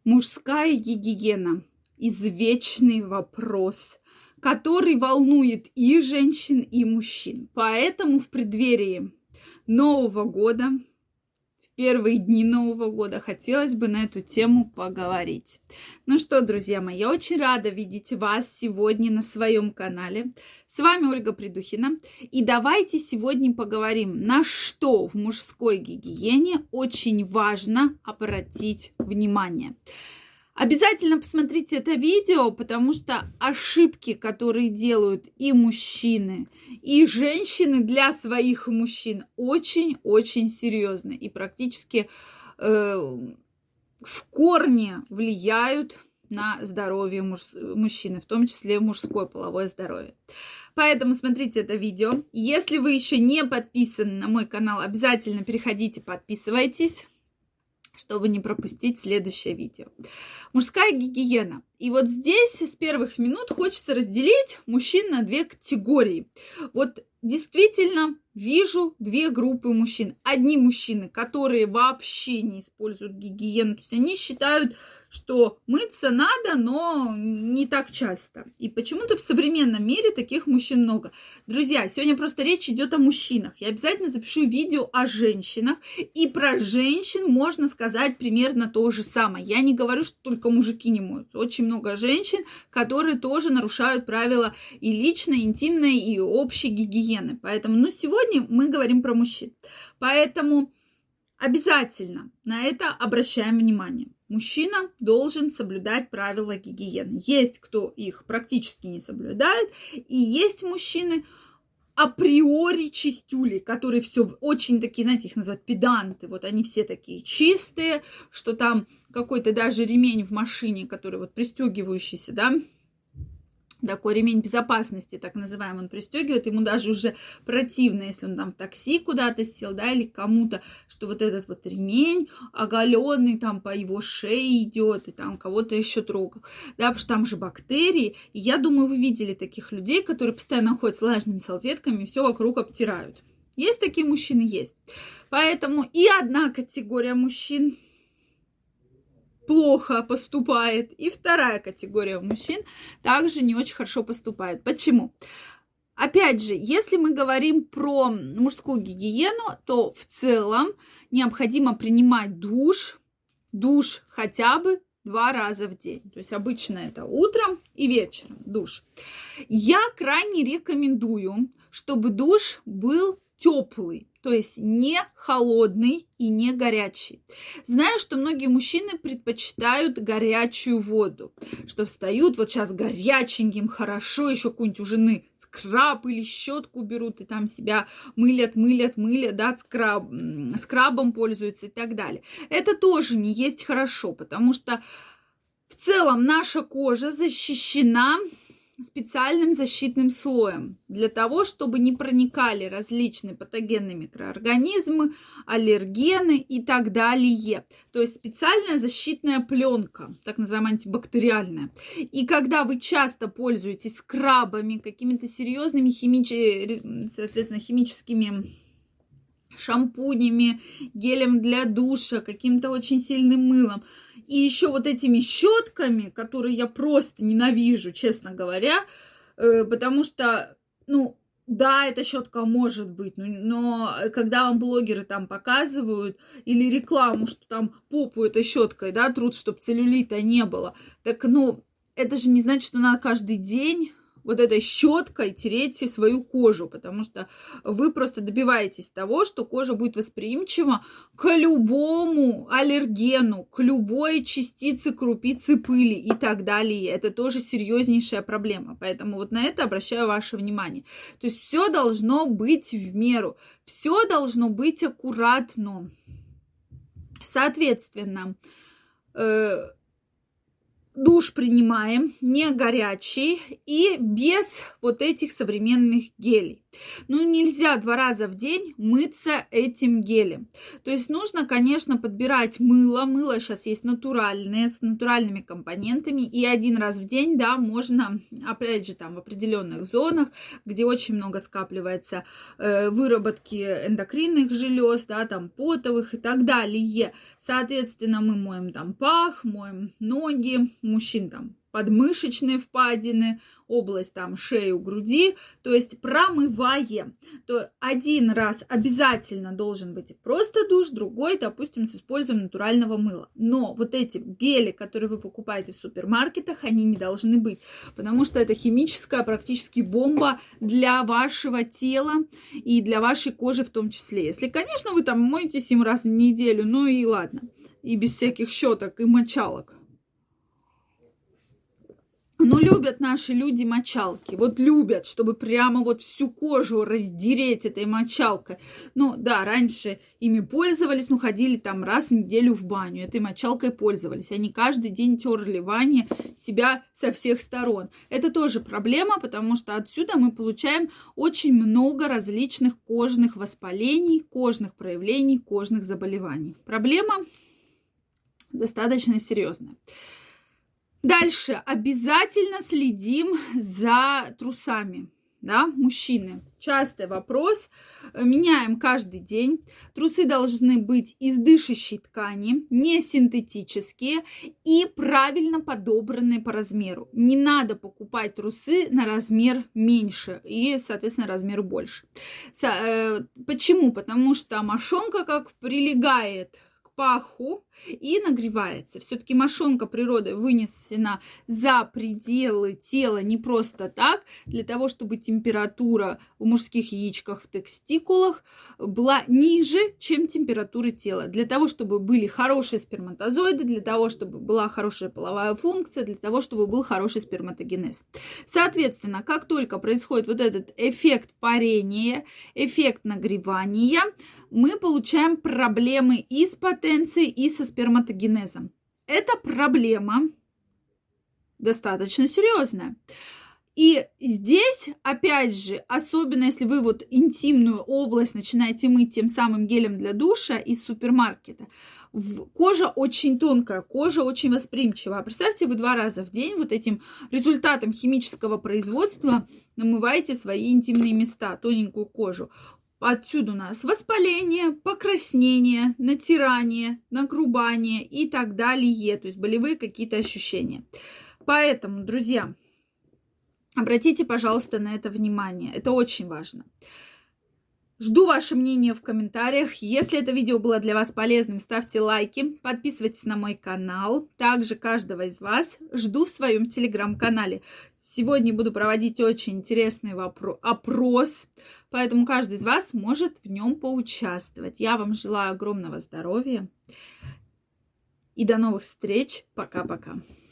Мужская гигиена – извечный вопрос, который волнует и женщин, и мужчин. Поэтому в преддверии Нового года, в первые дни Нового года, хотелось бы на эту тему поговорить. Ну что, друзья мои, я очень рада видеть вас сегодня на своем канале. С вами Ольга Придухина. И давайте сегодня поговорим, на что в мужской гигиене очень важно обратить внимание. Обязательно посмотрите это видео, потому что ошибки, которые делают и мужчины, и женщины для своих мужчин, очень-очень серьезны и практически в корне влияют на здоровье мужчины, в том числе мужское половое здоровье. Поэтому смотрите это видео. Если вы еще не подписаны на мой канал, обязательно переходите, подписывайтесь, чтобы не пропустить следующее видео. Мужская гигиена. И вот здесь с первых минут хочется разделить мужчин на две категории. Вот действительно вижу две группы мужчин. Одни мужчины, которые вообще не используют гигиену, то есть они считают, что мыться надо, но не так часто. И почему-то в современном мире таких мужчин много. Друзья, сегодня просто речь идет о мужчинах. Я обязательно запишу видео о женщинах. И про женщин можно сказать примерно то же самое. Я не говорю, что только мужики не моются. Очень много женщин, которые тоже нарушают правила и личной, интимной, и общей гигиены. Поэтому, сегодня мы говорим про мужчин. Поэтому обязательно на это обращаем внимание. Мужчина должен соблюдать правила гигиены. Есть кто их практически не соблюдает, и есть мужчины априори чистюли, которые все очень такие, знаете, их называют педанты. Вот они все такие чистые, что там какой-то даже ремень в машине, который вот пристегивающийся, да, такой ремень безопасности, так называемый, он пристегивает, ему даже уже противно, если он там в такси куда-то сел, да, или кому-то, что вот этот вот ремень оголенный там по его шее идет, и там кого-то еще трогал, да, потому что там же бактерии, и я думаю, вы видели таких людей, которые постоянно ходят с влажными салфетками и все вокруг обтирают. Есть такие мужчины? Есть. Поэтому и одна категория мужчин плохо поступает, и вторая категория мужчин также не очень хорошо поступает. Почему? Опять же, если мы говорим про мужскую гигиену, то в целом необходимо принимать душ хотя бы 2 раза в день. То есть обычно это утром и вечером душ. Я крайне рекомендую, чтобы душ был теплый, то есть не холодный и не горячий. Знаю, что многие мужчины предпочитают горячую воду, что встают вот сейчас горяченьким, хорошо, еще какую-нибудь у жены скраб или щетку берут и там себя мылят, да, скрабом пользуются и так далее. Это тоже не есть хорошо, потому что в целом наша кожа защищена специальным защитным слоем для того, чтобы не проникали различные патогенные микроорганизмы, аллергены и так далее. То есть специальная защитная пленка, так называемая антибактериальная. И когда вы часто пользуетесь скрабами, какими-то серьезными химическими шампунями, гелем для душа, каким-то очень сильным мылом, и еще вот этими щетками, которые я просто ненавижу, честно говоря, потому что, да, эта щетка может быть, но когда вам блогеры там показывают или рекламу, что там попу этой щеткой, да, трут, чтобы целлюлита не было, так, это же не значит, что надо каждый день вот этой щеткой тереть свою кожу, потому что вы просто добиваетесь того, что кожа будет восприимчива к любому аллергену, к любой частице, крупице пыли и так далее. Это тоже серьезнейшая проблема. Поэтому вот на это обращаю ваше внимание. То есть все должно быть в меру, все должно быть аккуратно. Соответственно, душ принимаем не горячий и без вот этих современных гелей. Ну, нельзя 2 раза в день мыться этим гелем. То есть нужно, конечно, подбирать мыло. Мыло сейчас есть натуральное, с натуральными компонентами. И 1 раз в день, да, можно, опять же, там в определенных зонах, где очень много скапливается выработки эндокринных желез, да, там потовых и так далее. Соответственно, мы моем там пах, моем ноги, мужчин там подмышечные впадины, область там шеи, груди, то есть промываем. То 1 раз обязательно должен быть просто душ, другой, допустим, с использованием натурального мыла. Но вот эти гели, которые вы покупаете в супермаркетах, они не должны быть, потому что это химическая практически бомба для вашего тела и для вашей кожи в том числе. Если, конечно, вы там моетесь 7 раз в неделю, ну и ладно, и без всяких щеток и мочалок. Но любят наши люди мочалки. Вот любят, чтобы прямо вот всю кожу раздереть этой мочалкой. Ну да, раньше ими пользовались, ну ходили там раз в неделю в баню. Этой мочалкой пользовались. Они каждый день терли в ванне себя со всех сторон. Это тоже проблема, потому что отсюда мы получаем очень много различных кожных воспалений, кожных проявлений, кожных заболеваний. Проблема достаточно серьезная. Дальше обязательно следим за трусами, да, мужчины. Частый вопрос, меняем каждый день. Трусы должны быть из дышащей ткани, не синтетические и правильно подобранные по размеру. Не надо покупать трусы на размер меньше и, соответственно, размер больше. Почему? Потому что мошонка как прилегает к паху и нагревается. Все-таки мошонка природой вынесена за пределы тела не просто так, для того, чтобы температура в мужских яичках, в тестикулах была ниже, чем температура тела. Для того, чтобы были хорошие сперматозоиды, для того, чтобы была хорошая половая функция, для того, чтобы был хороший сперматогенез. Соответственно, как только происходит вот этот эффект парения, эффект нагревания, мы получаем проблемы и с потенцией, и со сперматогенезом. Эта проблема достаточно серьезная. И здесь, опять же, особенно если вы вот интимную область начинаете мыть тем самым гелем для душа из супермаркета, кожа очень тонкая, кожа очень восприимчивая. Представьте, вы 2 раза в день вот этим результатом химического производства намываете свои интимные места, тоненькую кожу. Отсюда у нас воспаление, покраснение, натирание, нагрубание и так далее. То есть болевые какие-то ощущения. Поэтому, друзья, обратите, пожалуйста, на это внимание. Это очень важно. Жду ваше мнение в комментариях. Если это видео было для вас полезным, ставьте лайки, подписывайтесь на мой канал. Также каждого из вас жду в своем телеграм-канале. Сегодня буду проводить очень интересный опрос, поэтому каждый из вас может в нем поучаствовать. Я вам желаю огромного здоровья и до новых встреч. Пока-пока.